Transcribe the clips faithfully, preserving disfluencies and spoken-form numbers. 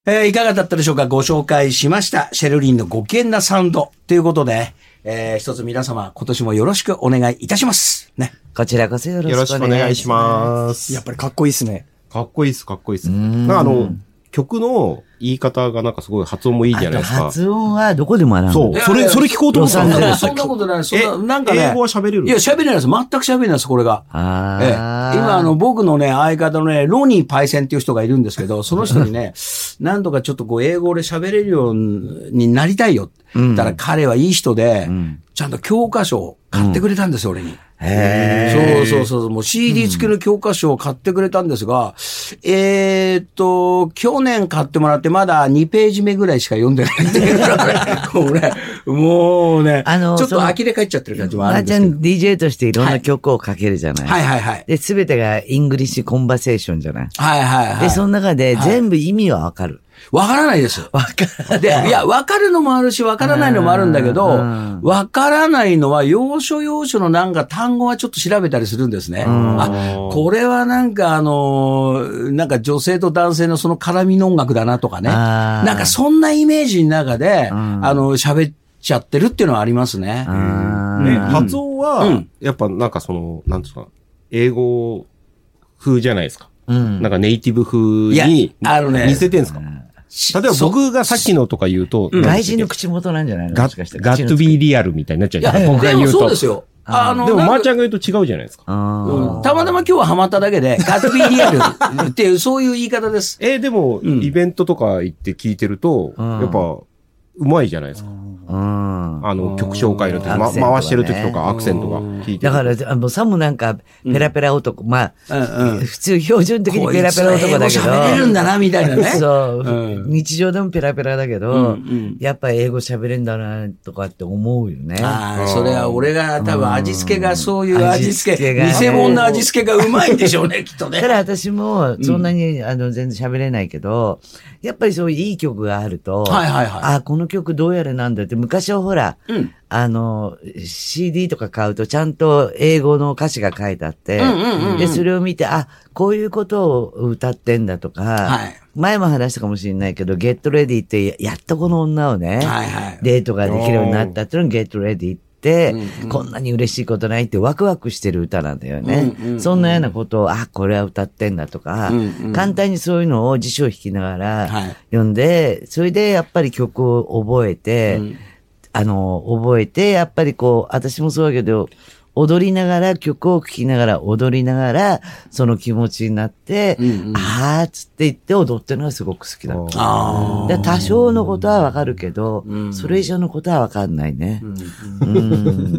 えー、いかがだったでしょうか。ご紹介しました。シェルリンのご機嫌なサウンドということで、えー、一つ皆様、今年もよろしくお願いいたします。ね。 こちらこそよろしくお願いします。 やっぱりかっこいいですね。 かっこいいです、かっこいいです。なんかあの、曲の言い方がなんかすごい発音もいいじゃないですか。 発音はどこでもあるんだ。 そう。それ、それ聞こうと思ったんです。そんなことない。そんな、なんかね。 英語は喋れる？ いや、喋れないです。全く喋れないです、これが。 あええ、今、あの、僕のね、相方のね、ロニーパイセンっていう人がいるんですけど、その人にね、何度かちょっとこう、英語で喋れるようになりたいよ。うん、だから彼はいい人で、うん、ちゃんと教科書を買ってくれたんですよ、うん、俺に。 へそうそうそう。もう シーディー 付きの教科書を買ってくれたんですが、うん、えーっと、去年買ってもらってまだにページ目ぐらいしか読んでないっていうからこれ、もうね、あの、ちょっと呆れ返っちゃってる感じもあるんですけど。 まーちゃん ディージェー としていろんな曲をかけるじゃない。 はい、はい、はいはい。 で、すべてがイングリッシュコンバセーションじゃない。 はいはいはい。 で、その中で全部意味はわかる。 わからないです。 わかる。 で、いや、わかるのもあるし、わからないのもあるんだけど、わからないのは、要所要所のなんか単語はちょっと調べたりするんですね。あ、これはなんかあの、なんか女性と男性のその絡みの音楽だなとかね。なんかそんなイメージの中で、あの、喋っちゃってるっていうのはありますね。 ね、発音は、やっぱなんかその、なんですか、英語風じゃないですか。なんかネイティブ風に似せてんすか？例えば僕がさっきのとか言うと、 外人の口元なんじゃないの？ ガッ、ガットビーリアルみたいになっちゃうじゃん。僕が言うと。 そうですよ。 あの、でも、まーちゃんが言うと違うじゃないですか。 たまたま今日はハマっただけで、ガットビーリアルっていう、そういう言い方です。 え、でも、イベントとか行って聞いてると、やっぱ、うまいじゃないですか。あの、曲紹介の時、ま、回してる時とかアクセントが聞いてる。 だから、あの、さもなんか、ペラペラ男、まあ、普通標準的にペラペラ男だけど。 喋れるんだな、みたいなね。 そう。日常でもペラペラだけど、やっぱ英語喋れるんだな、とかって思うよね。 ああ、それは俺が多分味付けがそういう味付け、偽物の味付けがうまいんでしょうね、きっとね。 ただ私も、そんなに、あの、全然喋れないけど、やっぱりそういういい曲があると、 はいはいはい。 あ、この曲どうやらなんだって、昔はほら、うん、あの、シーディー とか買うとちゃんと英語の歌詞が書いてあって、うんうんうんうん、で、それを見て、あ、こういうことを歌ってんだとか、はい、前も話したかもしれないけど、ゲットレディってやっとこの女をね、はいはい、デートができるようになったっていうのがゲットレディって、うんうん、こんなに嬉しいことないってワクワクしてる歌なんだよね。うんうんうん、そんなようなことを、あ、これは歌ってんだとか、うんうん、簡単にそういうのを辞書を引きながら読んで、はい、それでやっぱり曲を覚えて、うん、あの、覚えて、やっぱりこう、私もそうだけど、踊りながら、曲を聴きながら、踊りながら、その気持ちになって、うんうん、あーっつって言って踊ってるのがすごく好きだった。あで多少のことはわかるけど、うん、それ以上のことはわかんないね。うんうん、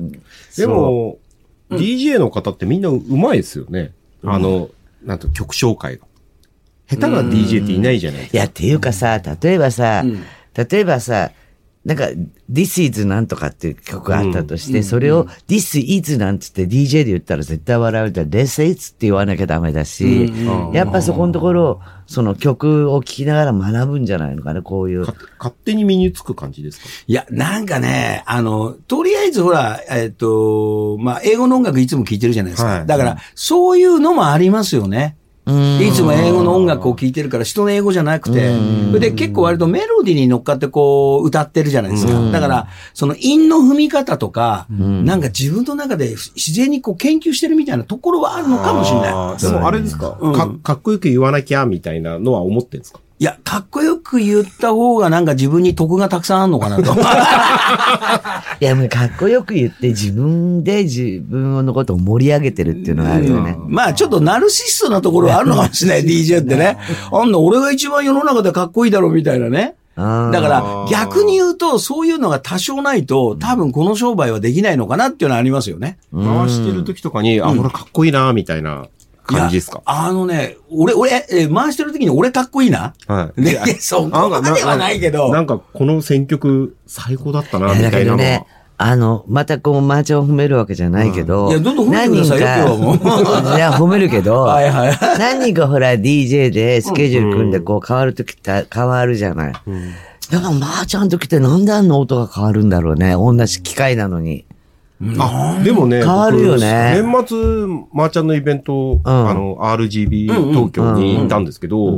でも、ディージェー の方ってみんな上手いですよね。うん、あの、なんと曲紹介が。下手な ディージェー っていないじゃないですか。 いや、っていうかさ、例えばさ、うん、例えばさ、なんか、This is なんとかっていう曲があったとして、うん、それを This is なんつって ディージェー で言ったら絶対笑われたら This is って言わなきゃダメだし、うん、やっぱそこのところ、その曲を聴きながら学ぶんじゃないのかな、こういう。 勝手に身につく感じですか？ いや、なんかね、あの、とりあえずほら、えっと、まあ、英語の音楽いつも聴いてるじゃないですか。はい、だから、そういうのもありますよね。いつも英語の音楽を聴いてるから人の英語じゃなくて、で結構割とメロディーに乗っかってこう歌ってるじゃないですか。だからその韻の踏み方とか、なんか自分の中で自然にこう研究してるみたいなところはあるのかもしれない。 でもあれですか、うん、か、かっこよく言わなきゃみたいなのは思ってるんですか？ いや、かっこよく言った方がなんか自分に得がたくさんあるのかなと。 いや、もうかっこよく言って自分で自分のことを盛り上げてるっていうのがあるよね。 うん、まあちょっとナルシストなところはあるのかもしれない、ディージェー ってね。あんな俺が一番世の中でかっこいいだろうみたいなね。だから逆に言うとそういうのが多少ないと多分この商売はできないのかなっていうのはありますよね。 回してる時とかに、あ、これかっこいいなみたいな。感じですか？ あのね、俺、俺、えー、回してる時に俺かっこいいな。はい。ね、そこまではないけど。 なんか、この選曲最高だったな、みたいなのは。ね、 あの、またこう、マーチャンを褒めるわけじゃないけど。 いや、どんどん褒めてくださいよ、今日はもう。 いや、褒めるけど。はいはい。何人かほら、ディージェー でスケジュール組んでこう、変わるときって変わるじゃない。うん、だから、マーチャンときってなんであんな音が変わるんだろうね。同じ機械なのに。 あ、でもね、 変わるよね。 年末、マーチャンのイベント、うん、あの、アールジービー 東京に行ったんですけど、うんうん、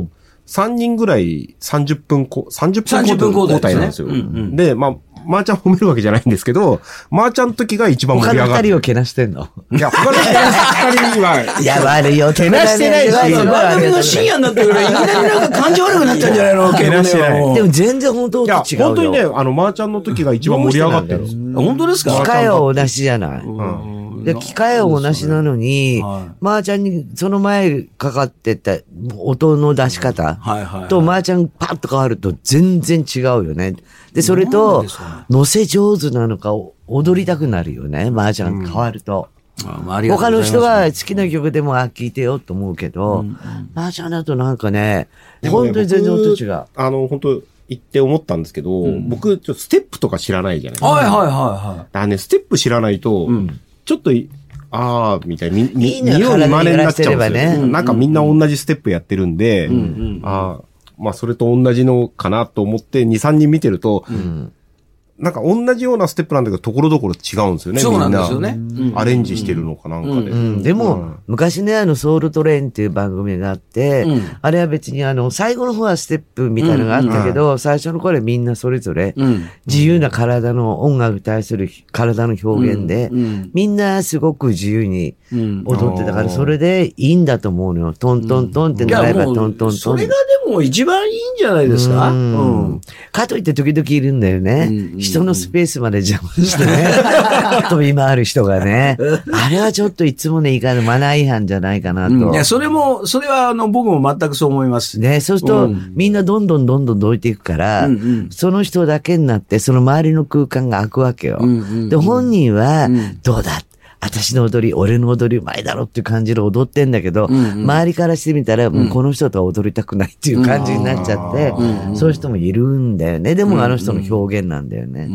さんにんぐらいさんじゅっぷんこ、さんじゅっぷん交代なんですよ。で、ねうんうん、でまあ、マーちゃん褒めるわけじゃないんですけど、マーちゃんの時が一番盛り上がる。 他の二人をけなしてんのいや、他の二人は。 いや、悪いよ、けなしてないし。番組の深夜になってくる。いきなりなんか感情悪くなっちゃうんじゃないのけなしてない。 でも全然本当と違うよ。 本当にね、あの、マーちゃんの時が一番盛り上がってる。 本当ですか？ 機会は同じじゃない。うんで、機会は同じなのに、はい、マーちゃんにその前かかってた音の出し方とマーちゃんパッと変わると全然違うよね。で、それと、乗せ上手なのか踊りたくなるよね、マーちゃん変わると。うん、他の人は好きな曲でもあ、聴いてよと思うけど、うんうん、マーちゃんだとなんかね、本当に全然音違う。 あの、本当言って思ったんですけど、うん、僕、ちょっとステップとか知らないじゃないですか。 はいはいはいはい。 だからね、ステップ知らないと、うんちょっと、あー、みたいに、み、見よう見まねになっちゃうんですよ。ね、なんかみんな同じステップやってるんで、うんうん、あー、まあそれと同じのかなと思ってに、さんにん見てると、うん、なんか同じようなステップなんだけど、ところどころ違うんですよね。 そうなんですよね。 みんなアレンジしてるのかなんかで。うんうん、 でも、うん、昔ね、あの、ソウルトレインっていう番組があって、うん、あれは別にあの、最後の方はステップみたいなのがあったけど、うんうん、最初の頃はみんなそれぞれ、自由な体の音楽に対する体の表現で、うんうん、みんなすごく自由に踊ってたから、それでいいんだと思うのよ。トントントンって習えばトントントン。 それがでも一番いいんじゃないですか。うんうん、かといって時々いるんだよね。うんうん人のスペースまで邪魔してね。飛び回る人がね。あれはちょっといつもね、いかんマナー違反じゃないかなと。うん、 いや、それも、それはあの、僕も全くそう思います。 ね、そうすると、うん、みんなどんどんどんどんどいていくから、うんうん、その人だけになって、その周りの空間が空くわけよ。うんうんうん、で、本人は、どうだ私の踊り、俺の踊りうまいだろっていう感じで踊ってんだけど、うんうん、周りからしてみたら、うん、もうこの人とは踊りたくないっていう感じになっちゃって、うん、そういう人もいるんだよね。でもあの人の表現なんだよね。うん、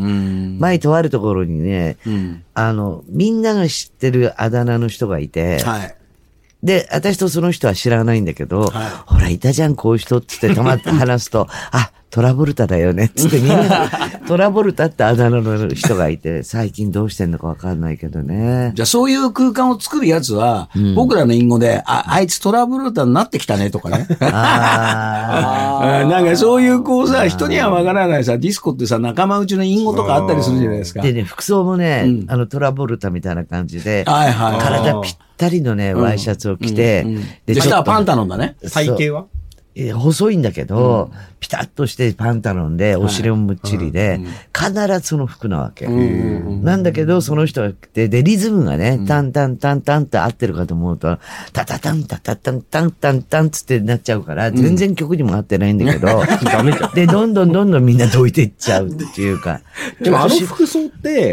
前とあるところにね、うん、あの、みんなが知ってるあだ名の人がいて、はいで、私とその人は知らないんだけど、はい、ほら、いたじゃん、こういう人ってってたまって話すと、あ、トラボルタだよね、つってみんな、トラボルタってあだ名の人がいて、最近どうしてんのかわかんないけどね。 じゃあそういう空間を作るやつは、うん、僕らの隠語で、あ、あいつトラボルタになってきたねとかね。ああ。なんかそういうこうさ、人にはわからないさ、ディスコってさ、仲間内の隠語とかあったりするじゃないですか。 でね、服装もね、うん、あのトラボルタみたいな感じで、はいはい、体ぴったりのね、ワイシャツを着て、 うんうんうん、で、下はパンタロンだね。 体型は細いんだけど、うん、ピタッとしてパンタロンで、お尻もむっちりで、はいうん、必ずその服なわけ。うん、なんだけど、その人が来て、で、リズムがね、タンタンタンタンって合ってるかと思うと、タタタンタタタンタンタンタンつってなっちゃうから、全然曲にも合ってないんだけど、ダメだ。で、どんどんどんどんみんなどいていっちゃうっていうか。 でもあの服装って、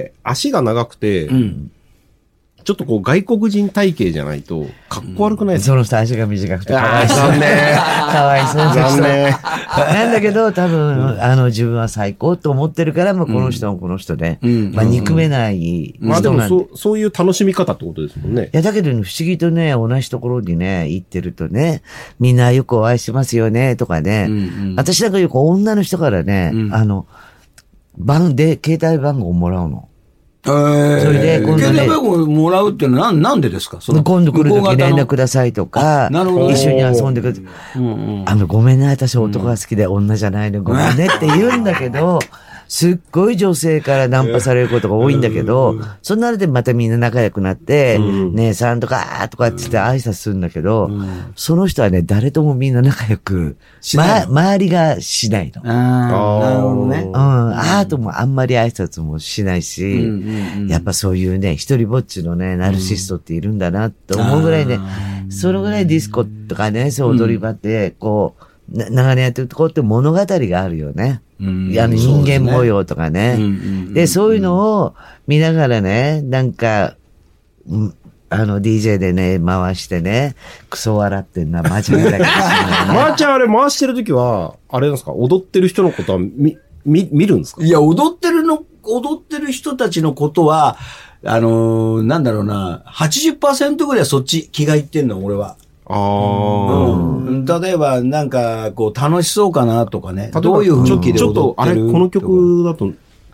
足が長くて、うんちょっとこう外国人体型じゃないと、かっこ悪くないですか、 うん、その人足が短くてかわいそう。残念。かわいそうな人。残念。なんだけど、多分、うん、あの、自分は最高と思ってるから、まあ、この人もこの人で、うん、まあ、憎めない人なん、 まあでもそう、そういう楽しみ方ってことですもんね。 いや、だけど、ね、不思議とね、同じところにね、行ってるとね、みんなよくお会いしてますよね、とかね、うんうん、私なんかよく女の人からね、うん、あの、番で、携帯番号をもらうの。 えー、それで、今度ね。携帯番号もらうってのはなん、なんでですかその今度来るとき連絡くださいとか、なるほど一緒に遊んでください。うんうん、あの、ごめんね、私男が好きで女じゃないの、ごめんねって言うんだけど、すっごい女性からナンパされることが多いんだけど、そんなのでまたみんな仲良くなって、姉さんとか、とかって言って挨拶するんだけど、その人はね、誰ともみんな仲良く、ま、周りがしないの。 ああ、なるほどね。 うん。アートもあんまり挨拶もしないし、やっぱそういうね、一人ぼっちのね、ナルシストっているんだなって思うぐらいね、そのぐらいディスコとかね、そう踊り場って、こう、長年やってるとこって物語があるよね。うん、あの人間模様とかね。で、ねで、そういうのを見ながらね、なんか、あの ディージェー でね、回してね、クソ笑ってんな、マジでだけど、ね。 まーちゃんあれ回してるときは、あれなんですか踊ってる人のことは見、見、見るんですかいや、踊ってるの、踊ってる人たちのことは、あのー、なんだろうな、はちじゅっパーセント ぐらいそっち気がいってんの、俺は。あうん、例えば、なんか、こう、楽しそうかなとかね。どういう雰囲気で踊ってるちょっと、あれ、この曲だと、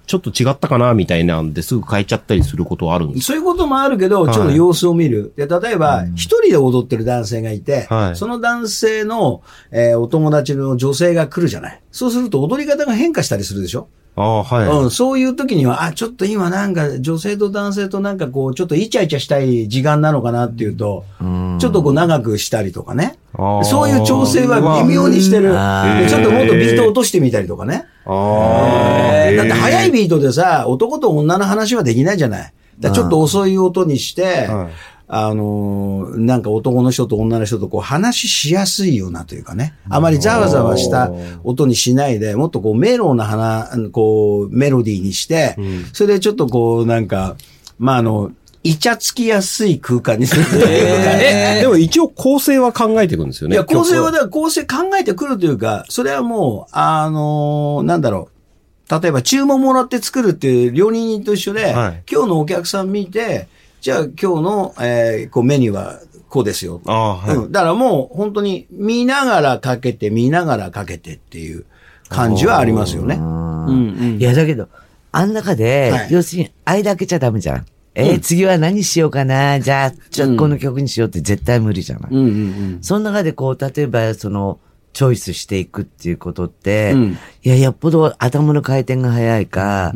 ちょっと違ったかなみたいなんですぐ変えちゃったりすることはあるんですか？ そういうこともあるけど、ちょっと様子を見る。はい、で例えば、一人で踊ってる男性がいて、はい、その男性の、えー、お友達の女性が来るじゃない。そうすると踊り方が変化したりするでしょ？ ああ、はい。 うん、そういう時には、あ、ちょっと今なんか女性と男性となんかこう、ちょっとイチャイチャしたい時間なのかなっていうと、うんちょっとこう長くしたりとかね。そういう調整は微妙にしてる。ちょっともっとビート落としてみたりとかね。あだって速いビートでさ、男と女の話はできないじゃない。だちょっと遅い音にして、あのー、なんか男の人と女の人とこう話しやすいようなというかね。あまりざわざわした音にしないで、もっとこうメローな花、こうメロディーにして、うん、それでちょっとこうなんか、まああの、イチャつきやすい空間にするというかね。 でも一応構成は考えていくんですよね。 いや、構成はだから構成考えてくるというか、それはもう、あのー、なんだろう。例えば注文もらって作るっていう料理人と一緒で、はい、今日のお客さん見て、じゃあ今日の、えー、こうメニューはこうですよ。あはいうん。だからもう本当に見ながらかけて見ながらかけてっていう感じはありますよね。うんうん、 いやだけど、あん中で、はい、要するに間開けちゃダメじゃん。えーうん、次は何しようかな。じゃあ、じゃあこの曲にしようって絶対無理じゃない。うんうんうん、その中でこう、例えばその、チョイスしていくっていうことって、うん、いや、やっぽど頭の回転が早いか、うん、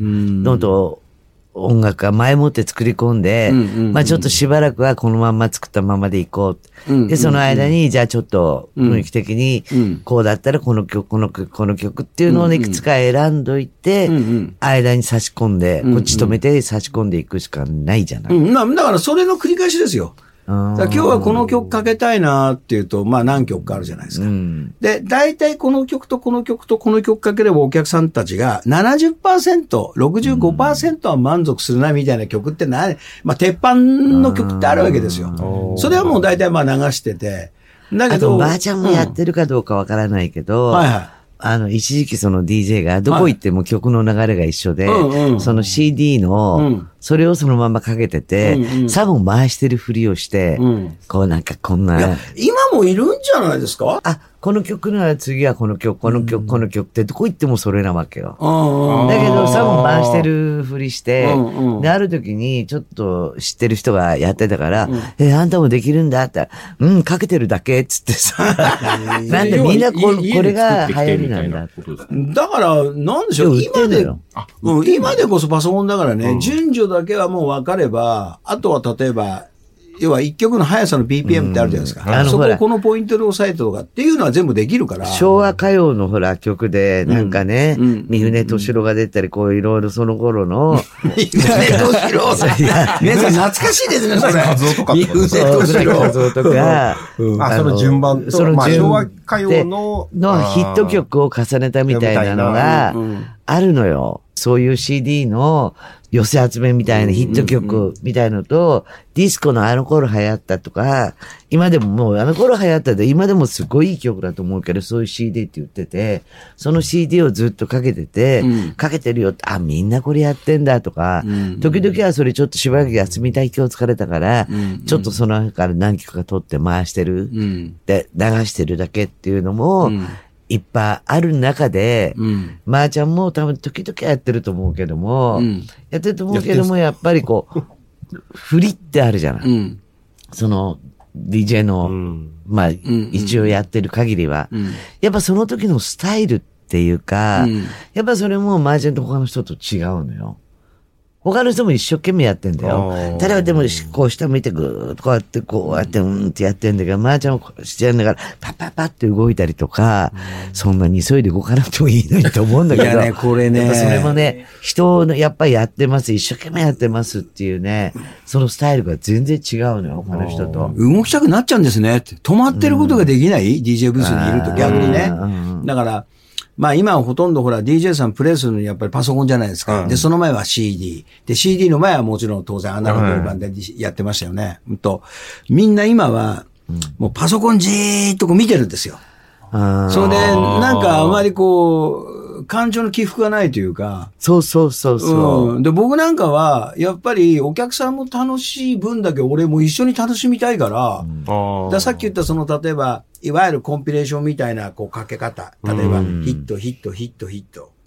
どんどん音楽が前もって作り込んで、うんうんうん、まあちょっとしばらくはこのまんま作ったままでいこう。うんうんうん、で、その間に、じゃあちょっと雰囲気的に、こうだったらこの曲、この曲、この曲っていうのをいくつか選んどいて、うんうん、間に差し込んで、こっち止めて差し込んでいくしかないじゃない。 うんうん、だからそれの繰り返しですよ。今日はこの曲かけたいなっていうと、まあ何曲かあるじゃないですか。うん、で、大体この曲とこの曲とこの曲かければお客さんたちが ななじゅっパーセント、ろくじゅうごパーセント は満足するなみたいな曲ってな、まあ鉄板の曲ってあるわけですよ。それはもう大体まあ流してて。 だけど。あと、ばあちゃんもやってるかどうかわからないけど、うん、はいはい。あの、一時期その ディージェー がどこ行っても曲の流れが一緒で、はいうんうん、その シーディー の、うん、それをそのままかけてて、うんうん、サブを回してるふりをして、うん、こうなんかこんな。いや、 今もいるんじゃないですか？ あ、この曲なら次はこの曲、この曲、うん、この曲ってどこ行ってもそれなわけよ。うん、だけどサブを回してるふりして、うんうん、で、ある時にちょっと知ってる人がやってたから、うん、え、あんたもできるんだって、うん、かけてるだけっつってさ。なんでみんなここれが流行りなんだ。 だから、なんでしょう、今で、うん、今でこそパソコンだからね、うん、順序だけはもう分かれば、あとは例えば、要は一曲の速さの ビーピーエム ってあるじゃないですか。うん、そこをこのポイントで押さえてとかっていうのは全部できるから。 昭和歌謡のほら曲で、なんかね、うん、三船敏郎が出たり、こういろいろその頃の。 三船敏郎皆さん懐かしいですね、それ。三船敏郎。 和夫とか。 あ、その順番と、その昭和歌謡の。 のヒット曲を重ねたみたいなのがあるのよ。そういう シーディー の寄せ集めみたいなヒット曲みたいのと、ディスコのあの頃流行ったとか、今でももうあの頃流行ったで今でもすごいいい曲だと思うけど、そういう シーディー って言ってて、その シーディー をずっとかけてて、うん、かけてるよって、あ、みんなこれやってんだとか、うん、時々はそれちょっとしばらく休みたい今日疲れたから、うん、ちょっとその中から何曲か取って回してる、うん、で流してるだけっていうのも、うんいっぱいある中で、うん、まーちゃんも多分時々やってると思うけども、うん、やってると思うけども、やっぱりこう、振りってあるじゃない。うん、その、ディージェー の、うん、まあ、うん、一応やってる限りは、うん、やっぱその時のスタイルっていうか、うん、やっぱそれもマージャンと他の人と違うのよ。他の人も一生懸命やってんだよ。ただでも、こう下向いてぐーっとこうやって、こうやって、うんってやってんだけど、まーちゃんもしてるんだから、パッパッパッって動いたりとか、そんなに急いで動かなくてもいいのにと思うんだけど。いやね、 これね。 やっぱそれもね、人をやっぱりやってます、一生懸命やってますっていうね、そのスタイルが全然違うのよ、他の人と。 動きたくなっちゃうんですねって。止まってることができない、うん、ディージェー ブースにいると逆にね。だから、まあ今はほとんどほら ディージェー さんプレイするのにやっぱりパソコンじゃないですか。うん、で、その前は シーディー。で、シーディー の前はもちろん当然アナログ版でやってましたよね。うん、と、みんな今はもうパソコンじーっとこう見てるんですよ。うん、それで、なんかあまりこう、感情の起伏がないというか。 そうそうそうそう、 うん。で、僕なんかは、やっぱりお客さんも楽しい分だけ俺も一緒に楽しみたいから、うん、ださっき言ったその、例えば、いわゆるコンピレーションみたいなこうかけ方。例えば、ヒット、ヒット、ヒット、ヒット。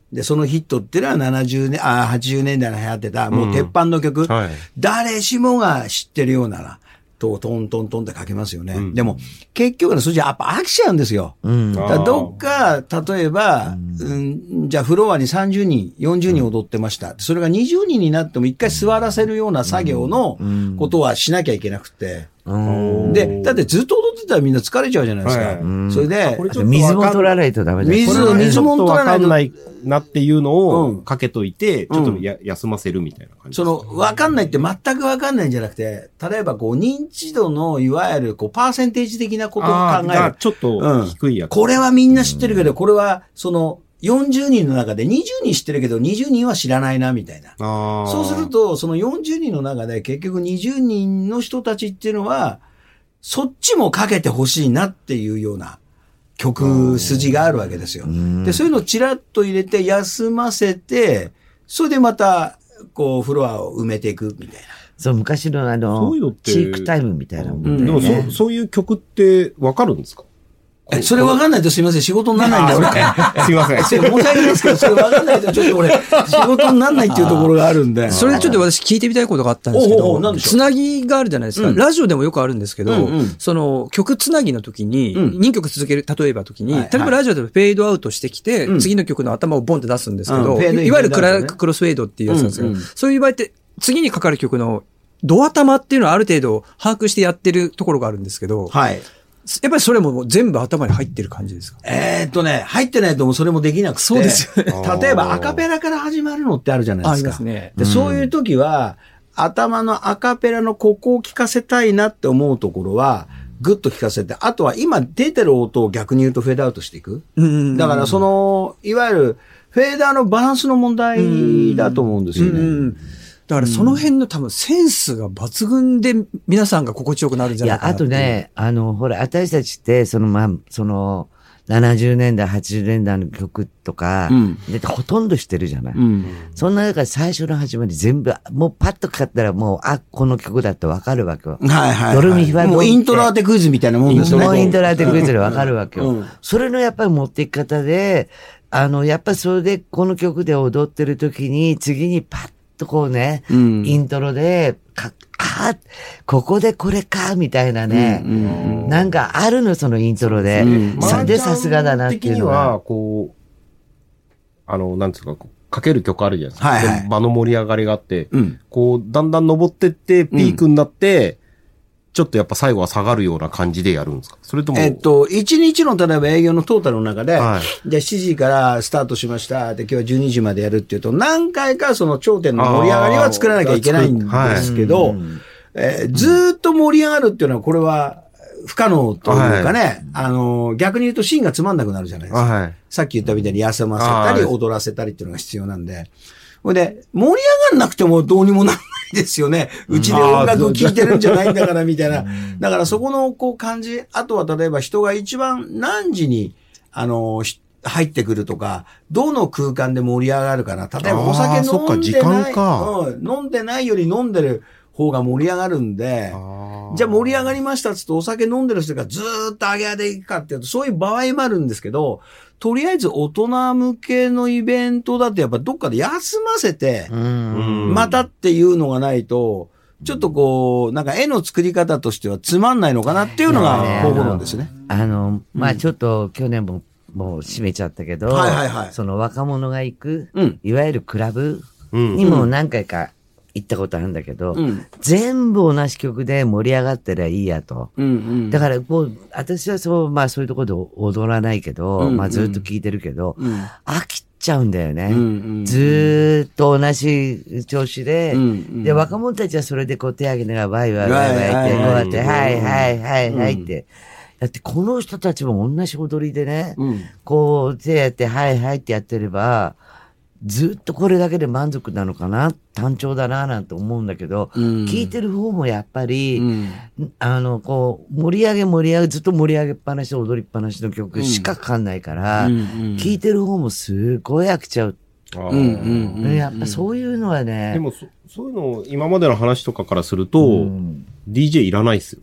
で、そのヒットっていうのはななじゅうねん、あ、はちじゅうねんだいに流行ってた、もう鉄板の曲、うんはい、誰しもが知ってるような、と、トントントンってかけますよね。うん、でも、結局のそれじゃやっぱ飽きちゃうんですよ。うん、だどっか、例えば、うんうん、じゃあフロアにさんじゅうにん、よんじゅうにん踊ってました。それがにじゅうにんになっても一回座らせるような作業のことはしなきゃいけなくて。で、だってずっと踊ってたらみんな疲れちゃうじゃないですか。はい、それで、 水も取らないとダメだ。 水、水も取らないと。 わかんないなっていうのをかけといて、ちょっとや、休ませるみたいな感じ。 その、わかんないって全くわかんないんじゃなくて、例えばこう、認知度のいわゆるこう、パーセンテージ的なことを考える。 ちょっと低いやつ、 うん。これはみんな知ってるけど、これは、その、よんじゅうにんの中でにじゅうにん知ってるけどにじゅうにんは知らないなみたいな。そうすると、そのよんじゅうにんの中で結局にじゅうにんの人たちっていうのは、そっちもかけてほしいなっていうような曲筋があるわけですよ。で、そういうのをチラッと入れて休ませて、それでまた、こう、フロアを埋めていくみたいな。 そう、昔のあの、そういうのってチークタイムみたいなもんね。 でもそ、そういう曲ってわかるんですか？ え、それ分かんないとすいません、仕事にならないんだよ、 俺。すいません。 申し訳ないですけど、それ分かんないとちょっと俺、仕事にならないっていうところがあるんで。 それでちょっと私聞いてみたいことがあったんですけど、つなぎがあるじゃないですか。ラジオでもよくあるんですけど、その曲つなぎの時に、にきょく続ける、例えば時に、例えばラジオでフェードアウトしてきて、次の曲の頭をボンって出すんですけど、いわゆるクラクロスフェードっていうやつなんですけど、そういう場合って、次にかかる曲のド頭っていうのはある程度把握してやってるところがあるんですけど、はい。やっぱりそれも全部頭に入ってる感じですか？ えーっとね、入ってないともそれもできなくて。 そうですよね。 例えばアカペラから始まるのってあるじゃないですか。ありますね。で、そういう時は、頭のアカペラのここを聞かせたいなって思うところは、ぐっと聞かせて、あとは今出てる音を逆に言うとフェードアウトしていく。だからその、いわゆるフェーダーのバランスの問題だと思うんですよね。うんだからその辺の多分センスが抜群で皆さんが心地よくなるんじゃないかな。 いや、あとね、あの、ほら、私たちって、その、まあ、その、ななじゅうねんだい、はちじゅうねんだいの曲とか、うん、でほとんど知ってるじゃない。うん、そんな中で最初の始まり全部、もうパッとかかったらもう、あ、この曲だってわかるわけよ。 はいはい、はい。 ドルミファドもうイントロ当てクイズみたいなもんですね。 もうイントロ当てクイズでわかるわけよ。うん、それのやっぱり持っていき方で、あの、やっぱりそれでこの曲で踊ってる時に、次にパッとこうね、うん、イントロで、か、あ、ここでこれか、みたいなね、うんうんうん、なんかあるの、そのイントロで。うん、で、さすがだなっていうのは。 的には、こう、あの、なんですか、かける曲あるじゃないですか。はいはい、場の盛り上がりがあって、うん、こう、だんだん登ってって、ピークになって、うんちょっとやっぱ最後は下がるような感じでやるんですか？それとも。 えっと、いちにちの例えば営業のトータルの中で、はい、じゃあしちじからスタートしました。で、今日はじゅうにじまでやるっていうと、何回かその頂点の盛り上がりは作らなきゃいけないんですけど、はいえー、ずーっと盛り上がるっていうのは、これは不可能というかね、はい、あの、逆に言うとシーンがつまんなくなるじゃないですか。はい、さっき言ったみたいに休ませたり、踊らせたりっていうのが必要なんで。ほいで、盛り上がんなくてもどうにもならないですよね。うちで音楽を聴いてるんじゃないんだからみたいな。だからそこのこう感じ、あとは例えば人が一番何時に、あの、入ってくるとか、どの空間で盛り上がるかな。例えばお酒飲んでない、うん、飲んでないより飲んでる方が盛り上がるんで、じゃあ盛り上がりましたっつってお酒飲んでる人がずーっと上げ上げいくかっていうと、そういう場合もあるんですけど、とりあえず大人向けのイベントだとやっぱどっかで休ませて、またっていうのがないと、ちょっとこう、なんか絵の作り方としてはつまんないのかなっていうのが方法論ですね。 あの、まあちょっと去年ももう閉めちゃったけど、はいはいはい、その若者が行く、うん、いわゆるクラブにも何回か行ったことあるんだけど、うん、全部同じ曲で盛り上がってりゃいいやと。うんうん、だからこう、私はそう、まあそういうところで踊らないけど、うんうん、まあずっと聴いてるけど、うん、飽きちゃうんだよね。うんうん、ずーっと同じ調子で、うんうん、で、若者たちはそれでこう手挙げながらワイワイワイワイって、こうやって、はいはいはいはいって。だってこの人たちも同じ踊りでね、うん、こう手やってはいはいってやってれば、ずっとこれだけで満足なのかな単調だななんて思うんだけど、うん、聞いてる方もやっぱり、うん、あの、こう、盛り上げ盛り上げ、ずっと盛り上げっぱなし、踊りっぱなしの曲しかかかんないから、うん、聞いてる方もすごい飽きちゃう。やっぱそういうのはね。 でもそ、そういうの、今までの話とかからすると、うん、ディージェー いらないっすよね。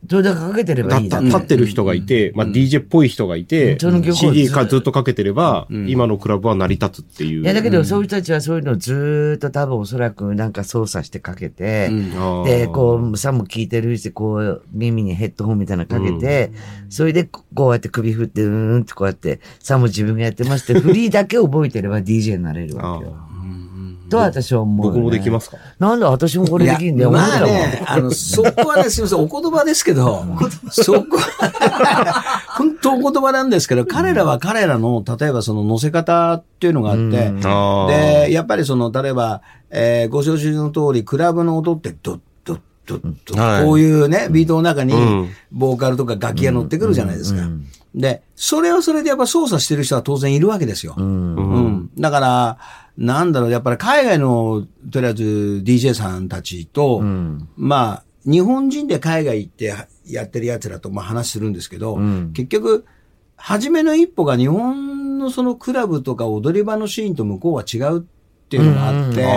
それだけかけてればいいだ立ってる人がいて、まあ ディージェー っぽい人がいて、シーディー かずっとかけてれば、今のクラブは成り立つっていう。 いや、だけどそういう人たちはそういうのをずーっと多分おそらくなんか操作してかけて、で、こう、さも聞いてるして、こう、耳にヘッドホンみたいなのかけて、それでこうやって首振って、うーんってこうやって、さも自分がやってまして、フリーだけ覚えてれば ディージェー になれるわけよ。と私は思う、ね。 僕もできますか？ なんで私もこれできるんだよ。 まあね、あの、そこはね、すみません、お言葉ですけど、そこは、本当お言葉なんですけど、彼らは彼らの、例えばその乗せ方っていうのがあって、で、やっぱりその、例えば、えー、ご承知の通り、クラブの音って、ドッドッドッドッ、こういうね、ビートの中に、ボーカルとか楽器が乗ってくるじゃないですか。で、それはそれでやっぱ操作してる人は当然いるわけですよ。うん。うん、だから、なんだろう、やっぱり海外の、とりあえず ディージェー さんたちと、うん、まあ、日本人で海外行ってやってる奴らとまあ話するんですけど、うん、結局、初めの一歩が日本のそのクラブとか踊り場のシーンと向こうは違うっていうのがあって、うん。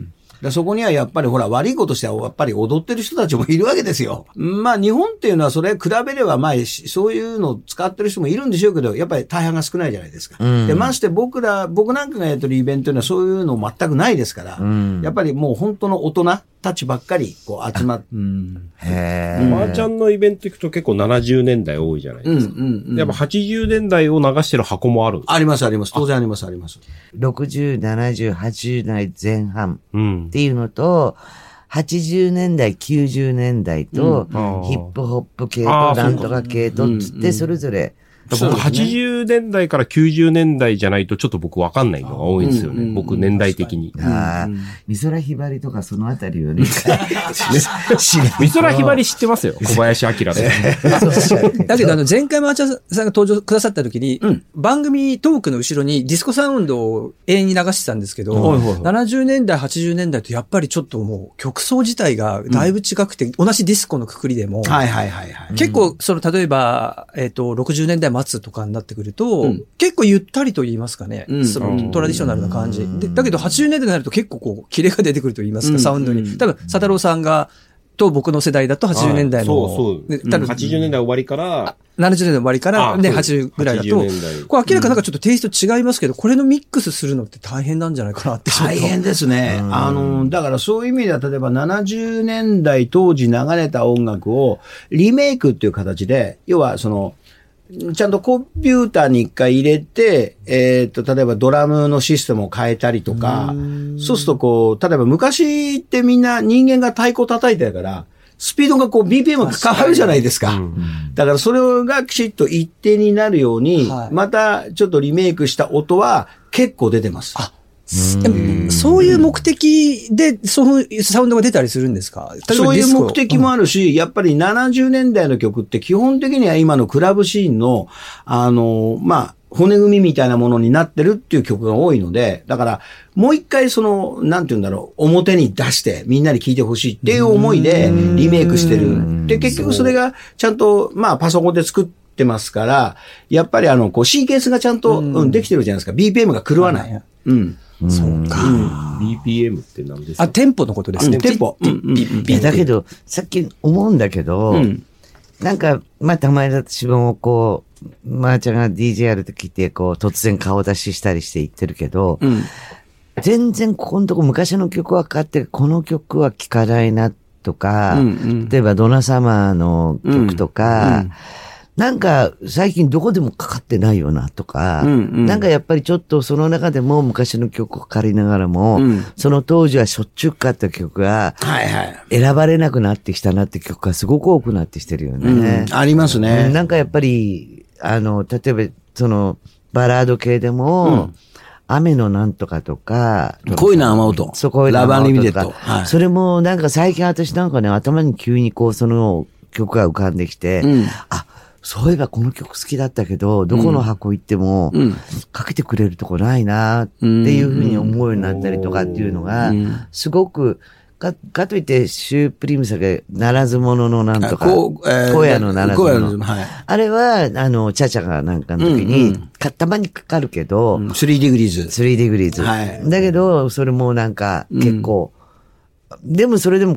でそこにはやっぱりほら悪いことしてはやっぱり踊ってる人たちもいるわけですよ。まあ日本っていうのはそれ比べればまあそういうのを使ってる人もいるんでしょうけど、やっぱり大半が少ないじゃないですか。うん、で、まして僕ら、僕なんかがやってるイベントというのはそういうの全くないですから、うん、やっぱりもう本当の大人たちばっかりこう集まって。うん、 へー。おばあちゃんのイベント行くと結構ななじゅうねんだい多いじゃないですか。うんうんうん、やっぱはちじゅうねんだいを流してる箱もあるんですか？ ありますあります。当然ありますあります。 ろくじゅう、ななじゅう、はちじゅうだいぜん半っていうのと、はちじゅうねんだい、きゅうじゅうねんだいと、うん、ヒップホップ系となんとか系とつってそれぞれ、 僕はちじゅうねんだいからきゅうじゅうねんだいじゃないとちょっと僕わかんないのが多いんですよね。僕年代的に。 ああ、美空ひばりとかそのあたりを理解美空ひばり知ってますよ。小林明で。 だけどあの前回もあちゃさんが登場くださった時に、うん、番組トークの後ろにディスコサウンドを永遠に流してたんですけど、うん、ななじゅうねんだい、はちじゅうねんだいとやっぱりちょっともう曲奏自体がだいぶ違くて、うん、同じディスコのくくりでも、 はいはいはいはい、 結構その例えば、えっと、ろくじゅうねんだい末とかになってくると、うん、結構ゆったりと言いますかね、うん、そのトラディショナルな感じ。でだけどはちじゅうねんだいになると結構こう、キレが出てくると言いますか、うん、サウンドに。多分、佐太郎さんが、と僕の世代だとはちじゅうねんだいの。 そうそう。多分はちじゅうねんだい終わりから、 ななじゅうねんだい終わりから、ね、はちじゅうぐらいだと、これ明らかなんかちょっとテイスト違いますけど、これのミックスするのって大変なんじゃないかなって。 大変ですね。あの、だからそういう意味では、例えばななじゅうねんだい当時流れた音楽をリメイクっていう形で、要はその、ちゃんとコンピューターに一回入れて、えっと、例えばドラムのシステムを変えたりとか、そうするとこう、例えば昔ってみんな人間が太鼓叩いてるから、スピードがこう ビーピーエム が変わるじゃないですか。だからそれがきちっと一定になるように、またちょっとリメイクした音は結構出てます。あそういう目的で、そういうサウンドが出たりするんですか？ そういう目的もあるし、うん、やっぱりななじゅうねんだいの曲って基本的には今のクラブシーンの、あの、まあ、骨組みみたいなものになってるっていう曲が多いので、だから、もう一回その、なんて言うんだろう、表に出してみんなに聴いてほしいっていう思いでリメイクしてる。で、結局それがちゃんと、まあ、パソコンで作って、ってますから、やっぱりあの、こう、シーケンスがちゃんと、うんうん、できてるじゃないですか。ビーピーエム が狂わない。うん。 そうか、 うん。ビーピーエム って何ですか？ あ、テンポのことですね。 うん、テンポ。うんうん、 いや、だけど、さっき思うんだけど、うん、なんか、まあ、たまに私もこう、まーちゃんが ディージェー やるときって、こう、突然顔出ししたりして言ってるけど、うん、全然ここのとこ昔の曲はかかって、この曲は聴かないなとか、うんうん、例えばドナサマーの曲とか、うんうんなんか、最近どこでもかかってないよな、とか、うんうん、なんかやっぱりちょっとその中でも昔の曲を借りながらも、うん、その当時はしょっちゅうかかった曲が、はいはい、選ばれなくなってきたなって曲がすごく多くなってきてるよね。 うん、ありますね。 なんかやっぱり、あの、例えば、その、バラード系でも、うん、雨のなんとかとか、 恋の雨音。 そう、恋の雨音とか、はい、それもなんか最近私なんかね、頭に急にこうその曲が浮かんできて、うん、あ、そういえばこの曲好きだったけど、どこの箱行っても、かけてくれるとこないなっていうふうに思うようになったりとかっていうのが、すごく、か、かといって、シュープリーム酒、ならず者のなんとか、荒野のならず者。あれは、あの、チャチャがなんかの時に、たまにかかるけど、 スリーディグリーズ。 スリーディグリーズ。だけど、それもなんか、結構、でもそれでも、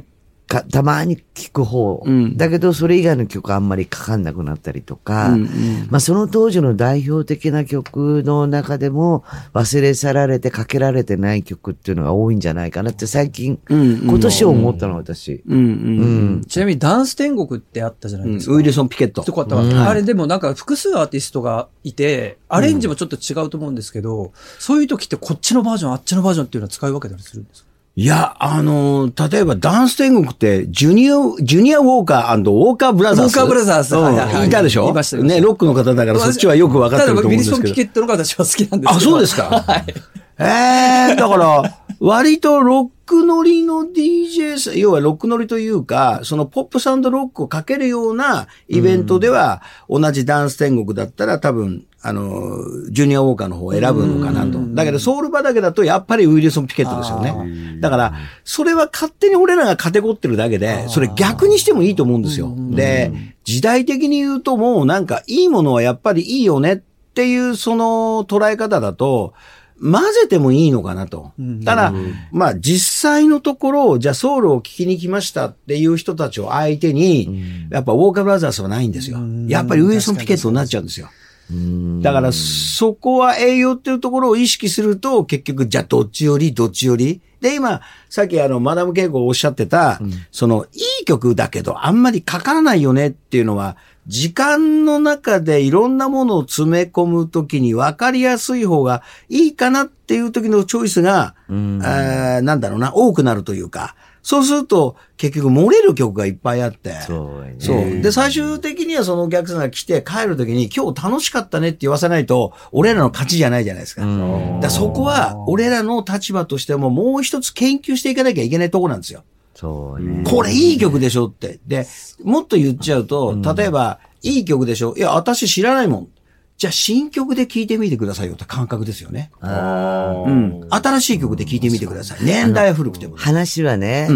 かたまに聞く方、うん、だけどそれ以外の曲あんまりかかんなくなったりとか、うんうん、まあその当時の代表的な曲の中でも忘れ去られてかけられてない曲っていうのが多いんじゃないかなって最近、うんうん、今年思ったの私、うんうんうん、 ちなみにダンス天国ってあったじゃないですか、 うん、ウィルソン・ピケットとかあった、うん、あれでもなんか複数アーティストがいてアレンジもちょっと違うと思うんですけど、うん、そういう時ってこっちのバージョンあっちのバージョンっていうのは使い分けたりするんですか？ いや、あのー、例えばダンス天国って、ジュニア、ジュニアウォーカー&ウォーカーブラザーズ。 ウォーカーブラザーズ。 うん、いたでしょ？いましたね、ロックの方だからそっちはよく分かってると思うんですけど。 ただ、ウィルソン・ピケットの方私は好きなんですけど。 あ、そうですか。はい。ええー、だから、割とロック乗りの ディージェー さん、要はロック乗りというか、そのポップサウンドロックをかけるようなイベントでは、同じダンス天国だったら多分、あの、ジュニアウォーカーの方を選ぶのかなと。だけど、ソウルバだけだと、やっぱりウィルソン・ピケットですよね。だから、それは勝手に俺らがカテゴってるだけで、それ逆にしてもいいと思うんですよ。で、時代的に言うともうなんか、いいものはやっぱりいいよねっていう、その捉え方だと、混ぜてもいいのかなと。ただ、まあ実際のところ、じゃあソウルを聞きに来ましたっていう人たちを相手に、やっぱウォーカーブラザーズはないんですよ。やっぱりウィルソン・ピケットになっちゃうんですよ。だからそこは栄養っていうところを意識すると、結局じゃあどっちよりどっちよりで、今、さっきあの、マダム・ケイコおっしゃってた、うん、その、いい曲だけどあんまりかからないよねっていうのは、時間の中でいろんなものを詰め込むときに分かりやすい方がいいかなっていう時のチョイスが、うん、えー、なんだろうな、多くなるというか、そうすると結局漏れる曲がいっぱいあって。そうね。そう。で、最終的にはそのお客さんが来て帰るときに今日楽しかったねって言わせないと、俺らの勝ちじゃないじゃないですか。だからそこは俺らの立場としてももう一つ研究していかなきゃいけないところなんですよ。そうね。これいい曲でしょって。で、もっと言っちゃうと、例えば、いい曲でしょ？いや、私知らないもん。じゃあ新曲で聴いてみてくださいよって感覚ですよね。あうん。新しい曲で聴いてみてください。年代は古くても。 話はね、うん、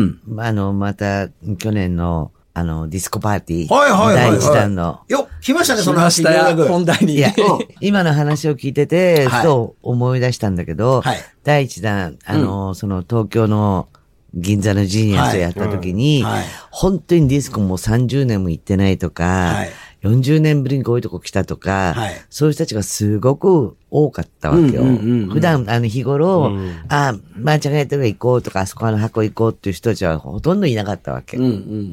あの、また、去年の、あの、ディスコパーティー。はいはいはい、はい。だいいち弾の。 よ、来ましたね、その話。来ましたよ、本題に。いや、 今の話を聞いてて、ふと思い出したんだけど、はい、だいいち弾、あの、うん、その東京の銀座のジーニアスをやった時に、はいうんはい、本当にディスコもさんじゅうねんも行ってないとか、はいよんじゅうねんぶりにこういうとこ来たとか、はい、そういう人たちがすごく多かったわけよ。うんうんうんうん、普段、あの日頃、うん、あ、まーちゃんがやってるから行こうとか、あそこの箱行こうっていう人たちはほとんどいなかったわけ。うんうん、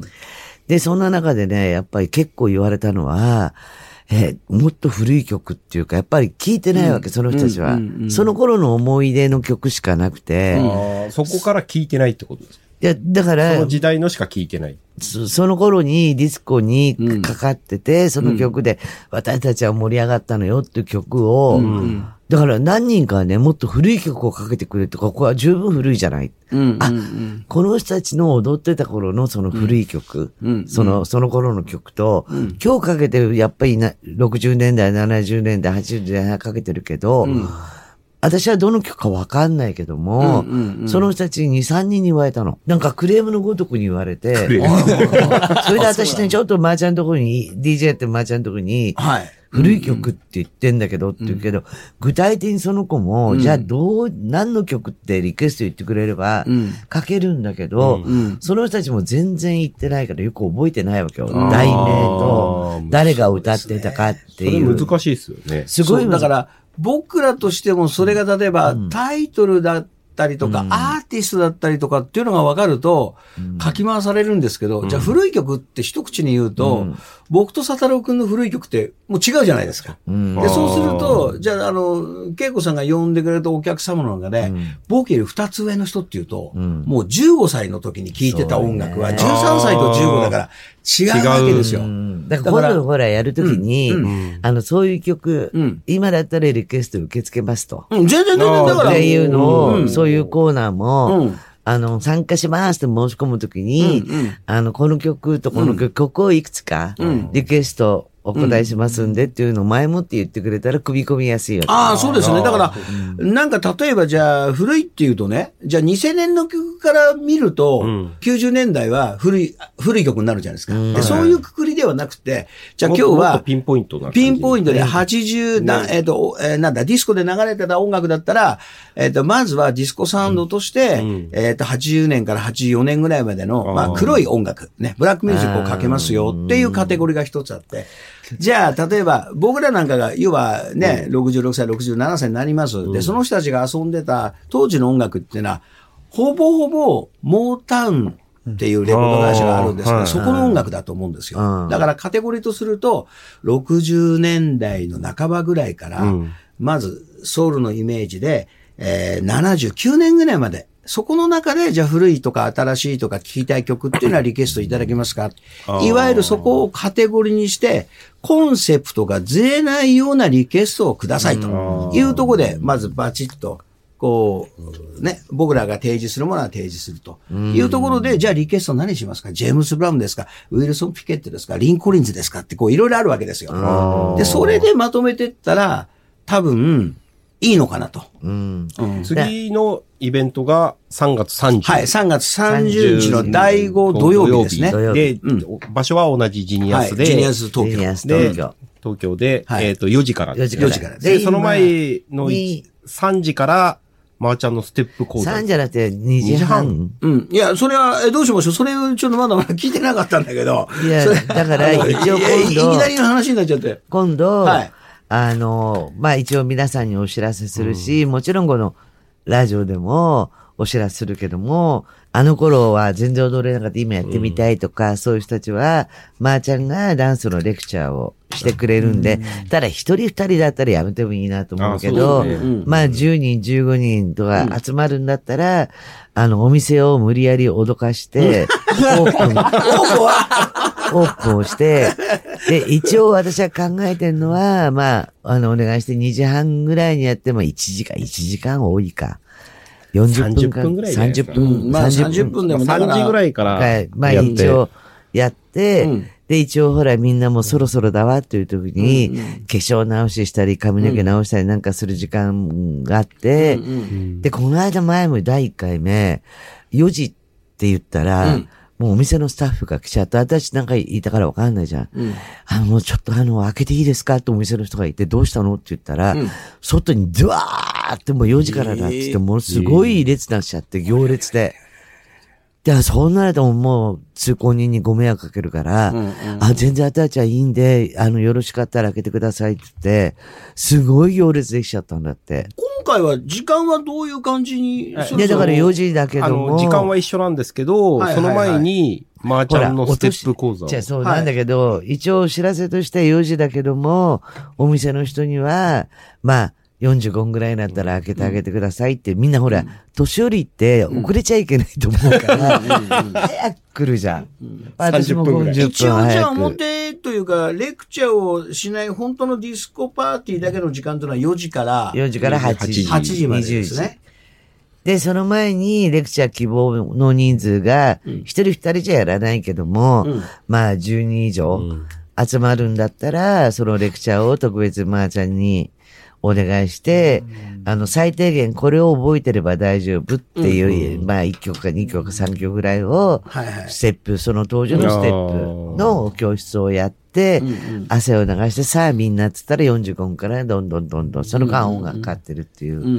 で、そんな中でね、やっぱり結構言われたのは、え、もっと古い曲っていうか、やっぱり聴いてないわけ、うん、その人たちは、うんうんうん。その頃の思い出の曲しかなくて。 うん、そこから聴いてないってことですか？ いや、だから、 その時代のしか聴いてない。 そ, その頃にディスコにかかってて、うん、その曲で私たちは盛り上がったのよっていう曲を、うん、だから何人かね、もっと古い曲をかけてくれとか、ここは十分古いじゃない。うんうんうん、あ、この人たちの踊ってた頃のその古い曲、うん、その、その頃の曲と、うん、今日かけてるやっぱりなろくじゅうねんだい、ななじゅうねんだい、はちじゅうねんだいかけてるけど、うん私はどの曲かわかんないけども、うんうんうん、その人たちにに、さんにんに言われたの。なんかクレームのごとくに言われて、それで私ね、ちょっとマーちゃんのところに、ディージェー ってマーちゃんのところに、はい、古い曲って言ってんだけどって言うけど、うん、具体的にその子も、うん、じゃあどう、何の曲ってリクエスト言ってくれれば、書けるんだけど、うん、その人たちも全然言ってないからよく覚えてないわけよ。題名と、誰が歌ってたかっていう。 それ難しいですよね。 すごい。だから、僕らとしてもそれが例えばタイトルだったりとか、うん、アーティストだったりとかっていうのが分かると書き回されるんですけど、うん、じゃあ古い曲って一口に言うと、うん、僕と佐太郎くんの古い曲ってもう違うじゃないですか。うん、でそうすると、じゃああの、恵子さんが呼んでくれたお客様の中で、うん、僕より二つ上の人っていうと、うん、もうじゅうごさいの時に聴いてた音楽はじゅうさんさいとじゅうごだから違うわけですよ。 だから今度ほらやるときに、うんうん、あの、そういう曲、うん、今だったらリクエスト受け付けますと。 うん、全然全然だから。 っていうのを、うん、そういうコーナーも、うん、あの、参加しますって申し込むときに、うんうん、あの、この曲とこの曲、うん、曲をいくつか、リクエストお答えしますんでっていうのを前もって言ってくれたら組み込みやすいよ。 ああ、そうですね。だから、うん、なんか例えばじゃあ古いっていうとね、じゃあにせんねんの曲から見ると、うん、きゅうじゅうねんだいは古い、古い曲になるじゃないですか。うん、でそういうくくりではなくて、じゃあ今日は、 ピンポイントなピンポイントではちじゅう、ね、えっ、ー、と、えー、なんだ、ディスコで流れてた音楽だったら、えっ、ー、と、まずはディスコサウンドとして、うん、えっ、ー、と、はちじゅうねんからはちじゅうよねんぐらいまでの、まあ、黒い音楽、ね、ブラックミュージックをかけますよっていうカテゴリーが一つあって、じゃあ、例えば、僕らなんかが、要はね、ろくじゅうろくさい、ろくじゅうななさいになります。で、その人たちが遊んでた当時の音楽っていうのは、ほぼほぼ、モータウンっていうレコード会社があるんですけど、そこの音楽だと思うんですよ。だからカテゴリーとすると、ろくじゅうねんだいの半ばぐらいから、まず、ソウルのイメージで、えー、ななじゅうきゅうねんぐらいまで、そこの中で、じゃあ古いとか新しいとか聞きたい曲っていうのはリクエストいただけますか？いわゆるそこをカテゴリーにして、コンセプトがずれないようなリクエストをくださいというところで、まずバチッと、こう、ね、僕らが提示するものは提示するというところで、じゃあリクエスト何しますか？ジェームス・ブラウンですか？ウィルソン・ピケットですか？リン・コリンズですか？ってこういろいろあるわけですよ。で、それでまとめてったら、多分、いいのかなと。 うんうん、次のイベントがさんがつさんじゅう。 はい、さんがつさんじゅうにちのだいご土曜日ですね。 で、うん、場所は同じジニアスで。 はい、ジニアス東京。 ジニアス東京。 東京で、はい、えっ、ー、と、よじから。 よじから。 で、その前のさんじから、まーちゃんのステップ講座。 さんじゃなくてにじはん。 うん。いや、それは、え、どうしましょう？それをちょっとまだまだ聞いてなかったんだけど。 いや、だから一応今度。いきなりの話になっちゃって。 今度、はい。あの、まあ、一応皆さんにお知らせするし、うん、もちろんこのラジオでもお知らせするけども、あの頃は全然踊れなかった今やってみたいとか、うん、そういう人たちは、まーちゃんがダンスのレクチャーをしてくれるんで、うん、ただ一人二人だったらやめてもいいなと思うけど、ねうん、まあじゅうにん、じゅうごにんとか集まるんだったら、うん、あの、お店を無理やり脅かして、オープン、オープンをして、で、一応私は考えてるのは、まあ、あの、お願いしてにじはんぐらいにやってもいちじかん、いちじかん多いか。よんじゅっぷんか。さんじゅっぷんぐらい。さんじゅっぷん。 まあさんじゅっぷんでもさんじぐらいから。 まあ一応やって、うん、で、一応ほらみんなもうそろそろだわっていう時に、うんうん、化粧直ししたり髪の毛直したりなんかする時間があって、うんうん、で、この間前もだいいっかいめ、よじって言ったら、うんもうお店のスタッフが来ちゃって、私なんか言いたからわかんないじゃん。うん、あの、もうちょっとあの、開けていいですかってお店の人が言って、どうしたのって言ったら、うん、外にドワーってもうよじからだって言って、ものすごい列なっちゃって、行列で。で、そんなのでももう通行人にご迷惑かけるから、うんうんうん、あ、全然私たちはいいんで、あの、よろしかったら開けてくださいって言って、すごい行列できちゃったんだって。 今回は時間はどういう感じにする？ いや、だからよじだけども。 あの、時間は一緒なんですけど、はいはいはい、その前に、まーちゃんのステップ講座を。 じゃあそうなんだけど、はい、一応お知らせとしてよじだけども、お店の人には、まあ、よんじゅうごぐらいになったら開けてあげてくださいって、みんなほら、年寄りって遅れちゃいけないと思うから、早く来るじゃん。 私もごじゅっぷん。一応じゃあ表というか、レクチャーをしない本当のディスコパーティーだけの時間というのはよじから、 よじからはちじ。 はちじまでですね。 で、その前にレクチャー希望の人数が、一人二人じゃやらないけども、うん、まあじゅうにん以上集まるんだったら、そのレクチャーを特別まーちゃんにお願いして、あの、最低限これを覚えてれば大丈夫っていう、うん、まあいっきょくかにきょくかさんきょくぐらいを、ステップ、その当時のステップの教室をやって、うんうん、汗を流してさあみんなって言ったらよんじゅうごふんからどんどんどんどんその間音楽かかってるっていう、うんうん、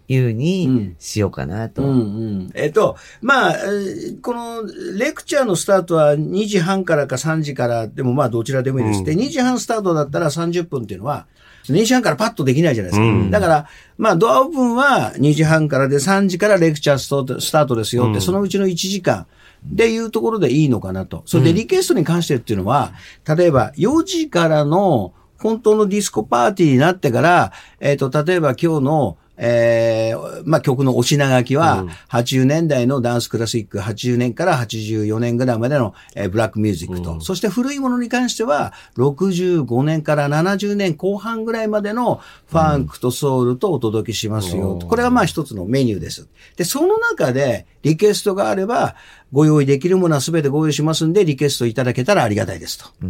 いうにしようかなと。うんうん、 えっと、まあ、このレクチャーのスタートはにじはんからかさんじからでもまあどちらでもいいです。で、うん、にじはんスタートだったらさんじゅっぷんっていうのは、にじはんからパッとできないじゃないですか。うん、だから、まあ、ドアオープンはにじはんからでさんじからレクチャーストスタートですよって、うん、そのうちのいちじかんでいうところでいいのかなと。それでリクエストに関してっていうのは、例えばよじからの本当のディスコパーティーになってから、えっと、例えば今日のえー、まあ、曲のお品書きは、はちじゅうねんだいのダンスクラシック、はちじゅうねんからはちじゅうよねんぐらいまでの、えー、ブラックミュージックと、うん、そして古いものに関しては、ろくじゅうごねんからななじゅうねんこう半ぐらいまでのファンクとソウルとお届けしますよ。うん、これがまあ一つのメニューです。で、その中でリクエストがあれば、ご用意できるものは全てご用意しますんで、リクエストいただけたらありがたいですと。うん、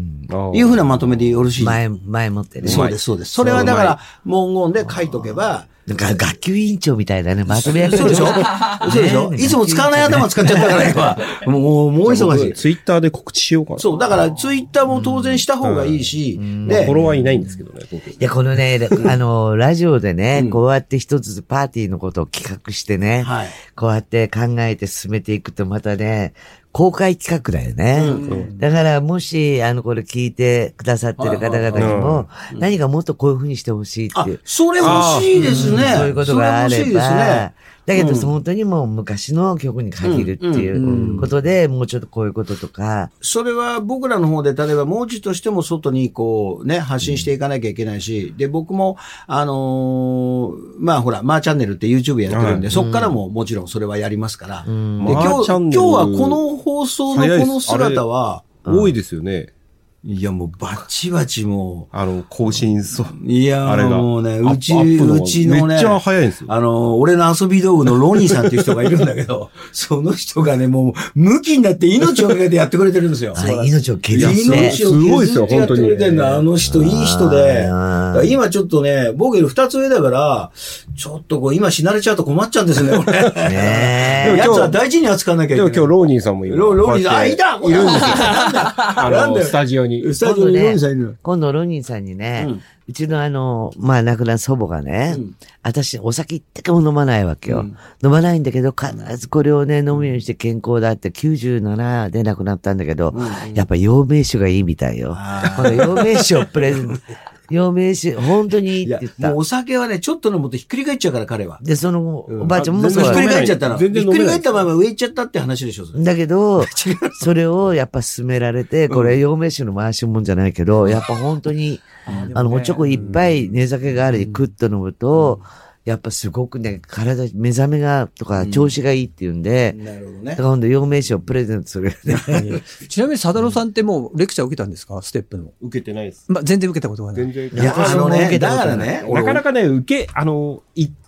いうふうなまとめでよろしいですか。 前、前もってね。 そうです、そうです。それはだから、文言で書いとけば、 なんか学級委員長みたいだね、まとめ役そうでしょそうでしょいつも使わない頭使っちゃったから今。もう、もう忙しい。 ツイッターで告知しようかな。 そう、だからツイッターも当然した方がいいし、 で、フォロワーいないんですけどね、 僕。いや、このね、あの、ラジオでね、こうやって一つパーティーのことを企画してね、こうやって考えて進めていくとまたね、公開企画だよね。うん、だから、もし、あの、これ聞いてくださってる方々にも、何かもっとこういう風にしてほしいっていう。 それ欲しいですね。 そういうことがあれば。だけど、本当にもう昔の曲に限るっていうことで、もうちょっとこういうこととか。 それは僕らの方で、例えば文字としても外にこうね、発信していかなきゃいけないし、で、僕も、あのー、まあほら、マーチャンネルって YouTube やってるんで、そっからももちろんそれはやりますから。で、今日、今日はこの放送のこの姿は、 多いですよね。 いや、もうバチバチもう。あの、更新そう。 いや、あれがもうね、うち、うちのね、 めっちゃ早いんですよ。 あの、俺の遊び道具のロニーさんっていう人がいるんだけど、その人がね、もう、向きになって命をかけてやってくれてるんですよ。 はい、命を削って。 命を削ってやってくれてるんだ、あの人、いい人で。今ちょっとね、僕より二つ上だから、ちょっとこう、今死なれちゃうと困っちゃうんですね、俺。ねえ。やつは大事に扱わなきゃいけない。 でも今日ローニーさんもいる。 ローニーさん、あ、いたいるんですよ。あの、スタジオに。 スタジオにロニーさんいる。 今度ロニーさんにね、うん、うちのあの、まあ亡くなる祖母がね、うん、私お酒一滴も飲まないわけよ、うん。飲まないんだけど、必ずこれをね、飲むようにして健康だってきゅうじゅうななで亡くなったんだけど、うん、やっぱ陽明酒がいいみたいよ。この陽明酒をプレゼント。陽明酒、本当にいいって言った。 もうお酒はね、ちょっと飲むとひっくり返っちゃうから彼は。 で、その、おばあちゃんもそうだ、ひっくり返っちゃったの。ひっくり返ったまま上行っちゃったって話でしょ、それ。 だけど、それをやっぱ勧められて、これ陽明酒の回しもんじゃないけど、やっぱ本当に、あの、おちょこいっぱい寝酒があり、クッと飲むと、やっぱすごくね、体、目覚めが、とか、調子がいいっていうんで、うん、なるほどね。だから今度、陽明酒をプレゼントする、ね。 ちなみに、佐田郎さんってもう、レクチャー受けたんですかステップの。 受けてないです。 まあ、全然受けたことがない。全然受けてない。いや、あのね、だからね、 なかなかね、受け、あの、行って、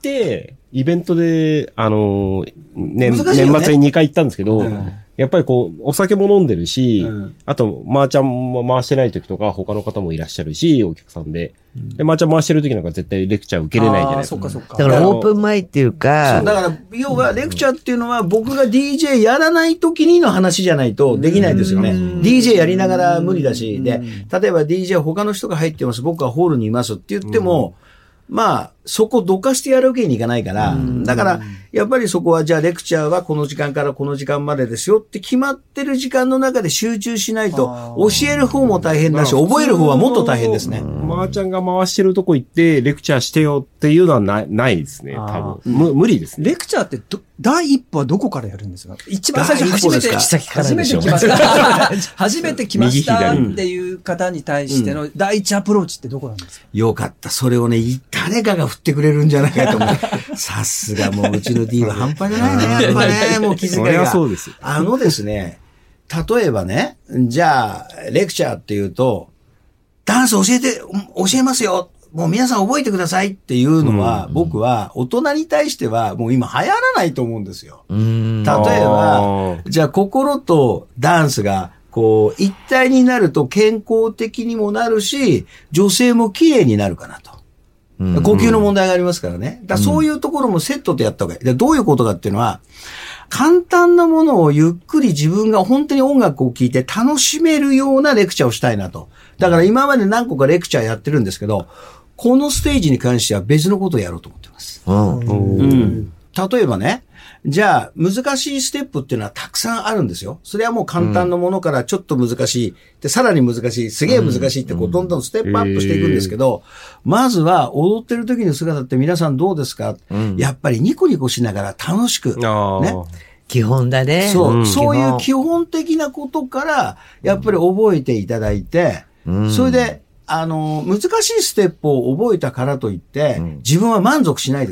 イベントで、あの、ね、年末ににかい行ったんですけど、うんやっぱりこう、お酒も飲んでるし、うん、あと、マーちゃんも回してない時とか、他の方もいらっしゃるし、お客さんで。うん、で、マーちゃん回してる時なんか絶対レクチャー受けれないじゃないですか。 そっかそっか。だからオープン前っていうか。 そう、だから、要はレクチャーっていうのは僕が ディージェー やらない時にの話じゃないとできないですよね。ディージェー やりながら無理だし、で、例えば ディージェー 他の人が入ってます、僕はホールにいますって言っても、まあ、そこどかしてやるわけにいかないから、だから、やっぱりそこは、じゃあレクチャーはこの時間からこの時間までですよって決まってる時間の中で集中しないと、教える方も大変だし、覚える方はもっと大変ですね。 まーちゃんが回してるとこ行って、レクチャーしてよっていうのはない、ないですね、多分。む、無理ですね。 レクチャーってど、第一歩はどこからやるんですか？一番最初初めて、初めて来ました。初めて来ましたっていう方に対しての第一アプローチってどこなんですか？ よかった。それをね、誰かが振ってくれるんじゃないかと思う。さすがもううちの D は半端じゃないね。やっぱね、もう気遣いが。 そりゃそうです。 あのですね、例えばね、じゃあ、レクチャーっていうと、ダンス教えて、教えますよ。もう皆さん覚えてくださいっていうのは、うん、僕は大人に対してはもう今流行らないと思うんですよ。うん例えば、じゃあ心とダンスがこう一体になると健康的にもなるし、女性も綺麗になるかなと。呼吸の問題がありますからね。だからそういうところもセットでやった方がいい。でどういうことかっていうのは、簡単なものをゆっくり自分が本当に音楽を聴いて楽しめるようなレクチャーをしたいなと。だから今まで何個かレクチャーやってるんですけど、このステージに関しては別のことをやろうと思ってます。うんうん、例えばね、じゃあ難しいステップっていうのはたくさんあるんですよ。それはもう簡単なものからちょっと難しい。で、さらに難しい。すげえ難しいってこうどんどんステップアップしていくんですけど、まずは踊ってる時の姿って皆さんどうですか、うん、やっぱりニコニコしながら楽しく。ね。 基本だね。 そう、うん、そういう基本的なことから、やっぱり覚えていただいて、うん、それで、あの、難しいステップを覚えたからといって、うん、自分は満足しないでください。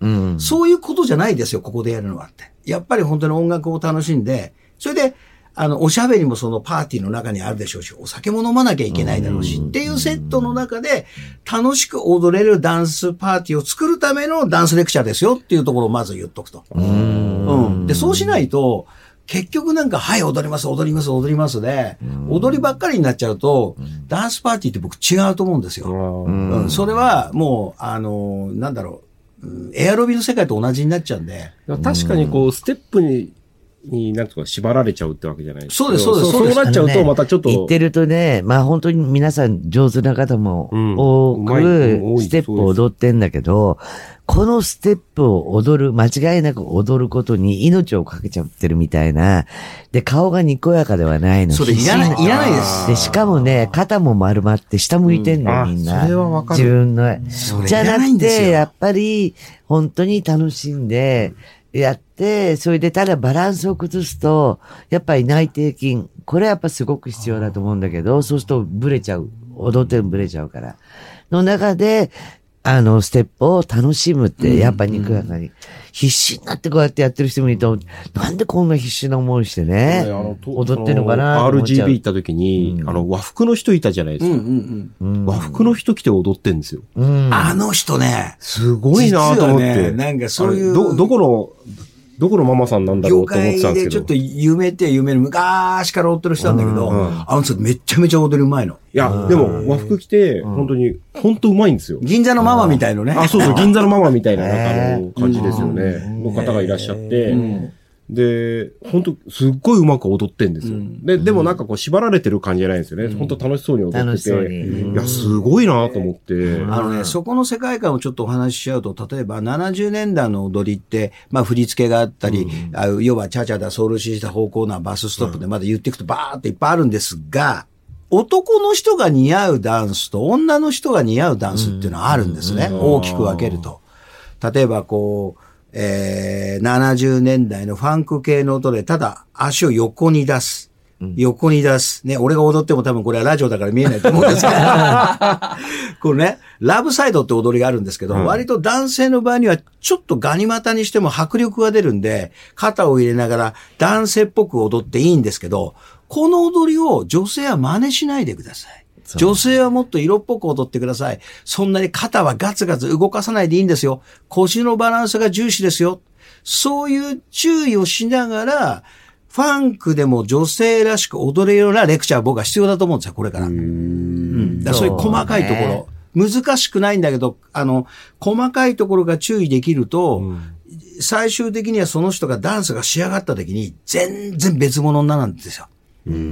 うん、そういうことじゃないですよ、ここでやるのはって。やっぱり本当に音楽を楽しんで、それで、あの、おしゃべりもそのパーティーの中にあるでしょうし、お酒も飲まなきゃいけないだろうし、っていうセットの中で楽しく踊れるダンスパーティーを作るためのダンスレクチャーですよっていうところをまず言っとくと。うん。うん。で、そうしないと、結局なんか、はい、踊ります、踊ります、踊りますで、踊りばっかりになっちゃうと、ダンスパーティーって僕違うと思うんですよ。うん。それはもう、あの、なんだろう、エアロビの世界と同じになっちゃうんで。 確かにこう、ステップに、になんとか縛られちゃうってわけじゃないですか。 そうです、そうです。 そうなっちゃうとまたちょっと、 ね。言ってるとね、まあ本当に皆さん上手な方も多く、ステップを踊ってんだけど、このステップを踊る、間違いなく踊ることに命をかけちゃってるみたいな。で、顔がにこやかではないの。 それいらない、いらないです。 で、しかもね、肩も丸まって下向いてんの、うん、みんな。 それはわかる。 自分の。じゃなくて、やっぱり、本当に楽しんで、やって、それでただバランスを崩すと、やっぱり内転筋、これはやっぱすごく必要だと思うんだけど、そうするとブレちゃう。踊ってもブレちゃうから。の中で、あの、ステップを楽しむって、やっぱ肉やかに、必死になってこうやってやってる人もいると、なんでこんな必死な思いしてね、踊ってるのかなと思っちゃう。 アールジービー 行った時に、うん、あの、和服の人いたじゃないですか。うんうんうん、和服の人来て踊ってんですよ。 うん、あの人ね、 すごいなと思って。ね、 なんかそういう。 ど、どこの、どこのママさんなんだろうと思ってたんですけど。業界でちょっと有名って有名の昔から踊ってる人なんだけど、うんうん、あの人めちゃめちゃ踊りうまいの。 いや、でも和服着て、本当に、本当うまいんですよ。 銀座のママみたいのね。 あ、そうそう、銀座のママみたいな、なんかの感じですよね。の方がいらっしゃって、うんで、本当すっごいうまく踊ってんですよ。うん、で、でもなんかこう縛られてる感じじゃないんですよね。うん、本当楽しそうに踊ってて。うん、いや、すごいなと思って、 うん。あのね、そこの世界観をちょっとお話ししちゃうと、例えばななじゅうねんだいの踊りって、まあ振り付けがあったり、うん、あ要はチャチャだ、ソウルシーした方向なバスストップでまだ言っていくとバーっていっぱいあるんですが、男の人が似合うダンスと女の人が似合うダンスっていうのはあるんですね。うん、大きく分けると。例えばこう、えー、ななじゅうねんだいのファンク系の音で、ただ足を横に出す。横に出す。ね、俺が踊っても多分これはラジオだから見えないと思うんですけど。これね、ラブサイドって踊りがあるんですけど、うん、割と男性の場合にはちょっとガニ股にしても迫力が出るんで、肩を入れながら男性っぽく踊っていいんですけど、この踊りを女性は真似しないでください。女性はもっと色っぽく踊ってください。そんなに肩はガツガツ動かさないでいいんですよ。腰のバランスが重視ですよ。そういう注意をしながら、ファンクでも女性らしく踊れるようなレクチャー僕は必要だと思うんですよ、これから。うん、だからそういう細かいところ。難しくないんだけど、あの、細かいところが注意できると、うん、最終的にはその人がダンスが仕上がった時に全然別物になるんですよ。うん。うん。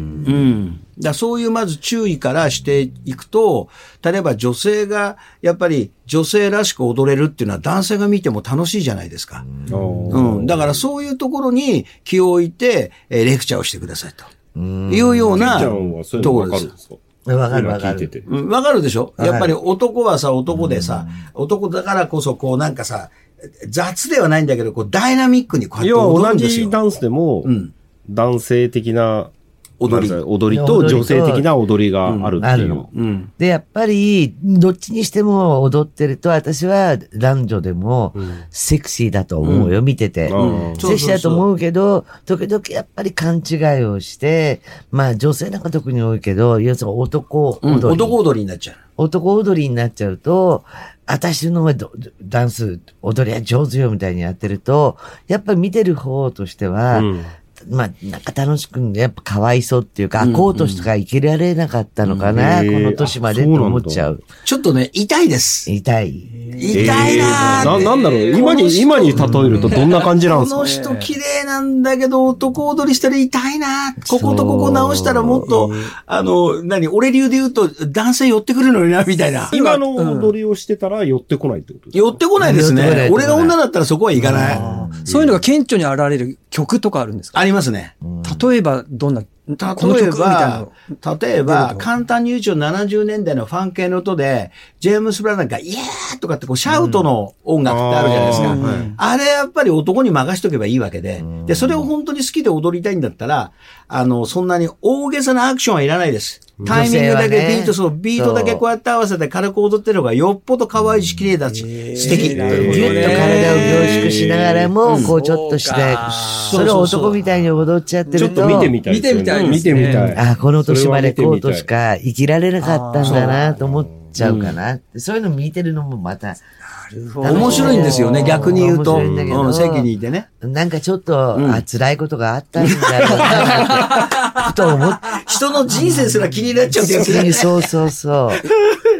だそういうまず注意からしていくと、例えば女性がやっぱり女性らしく踊れるっていうのは男性が見ても楽しいじゃないですか。うん。うん、だからそういうところに気を置いて、えー、レクチャーをしてくださいと。いうようなところです。 わかるわかる。 うん、わかるでしょ？やっぱり男はさ、男でさ、男だからこそこうなんかさ、雑ではないんだけど、こうダイナミックにこうやって踊るんですよ。 同じダンスでも、うん、男性的な踊り。踊りと女性的な踊りがあるっていう。 うん、で、やっぱり、どっちにしても踊ってると、私は男女でもセクシーだと思うよ、うん、見てて、うん。セクシーだと思うけど、時々やっぱり勘違いをして、まあ女性なんか特に多いけど、要するに男踊り、うん。 男踊りになっちゃう。 男踊りになっちゃうと、私のダンス、踊りは上手よみたいにやってると、やっぱり見てる方としては、うんまあ、なんか楽しく、やっぱかわいそうっていうか、うんうん、こうとしか生きられなかったのかな、うん、この年までと思っちゃう。 ちょっとね、痛いです。 痛い。 痛いなー、 えー、な、なんだろう、今に、今に例えるとどんな感じなんですか？ この人綺麗なんだけど、男踊りしたら痛いなー。こことここ直したらもっと、あの、何、俺流で言うと男性寄ってくるのにな、みたいな。 今の踊りをしてたら寄ってこないってことですか？ 寄ってこないですね。俺が女だったらそこはいかない。 そういうのが顕著に現れる曲とかあるんですか？ ありますね。 例えば、どんな、 例えば、例えば、簡単に言うとななじゅうねんだいのファン系の音で、ジェームス・ブラウンがイエーとかってこうシャウトの音楽ってあるじゃないですか。うん、あ, あれやっぱり男に任しとけばいいわけで、で、それを本当に好きで踊りたいんだったら、あの、そんなに大げさなアクションはいらないです。 タイミングだけビート、そう、ビートだけこうやって合わせて軽く踊ってるのがよっぽど可愛いし綺麗だし、素敵。 ぎゅっと体を凝縮しながらも、こうちょっとして、それを男みたいに踊っちゃってると。 ちょっと見てみたい。 見てみたい。 見てみたい。 あ、この年までこうとしか生きられなかったんだなと思って。ちゃうかな、うん、そういうの見てるのもまた面白いんですよね、逆に言うと。うん、席にいてね。 なんかちょっと、うん、あ、辛いことがあったんだろうなふと思って。 人の人生すら気になっちゃうってやつね。 そうそうそう。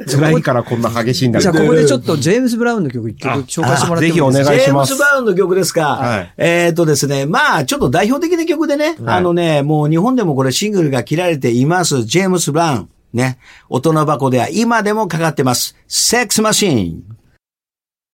辛いからこんな激しいんだけど。 じゃあここでちょっとジェームス・ブラウンの曲一曲紹介してもらってもいいですか？ ぜひお願いします。 ジェームス・ブラウンの曲ですか。はい、えっとですね、まあちょっと代表的な曲でね、はい、あのね、もう日本でもこれシングルが切られています、ジェームス・ブラウン。ね。大人箱では今でもかかってます。セックスマシーン。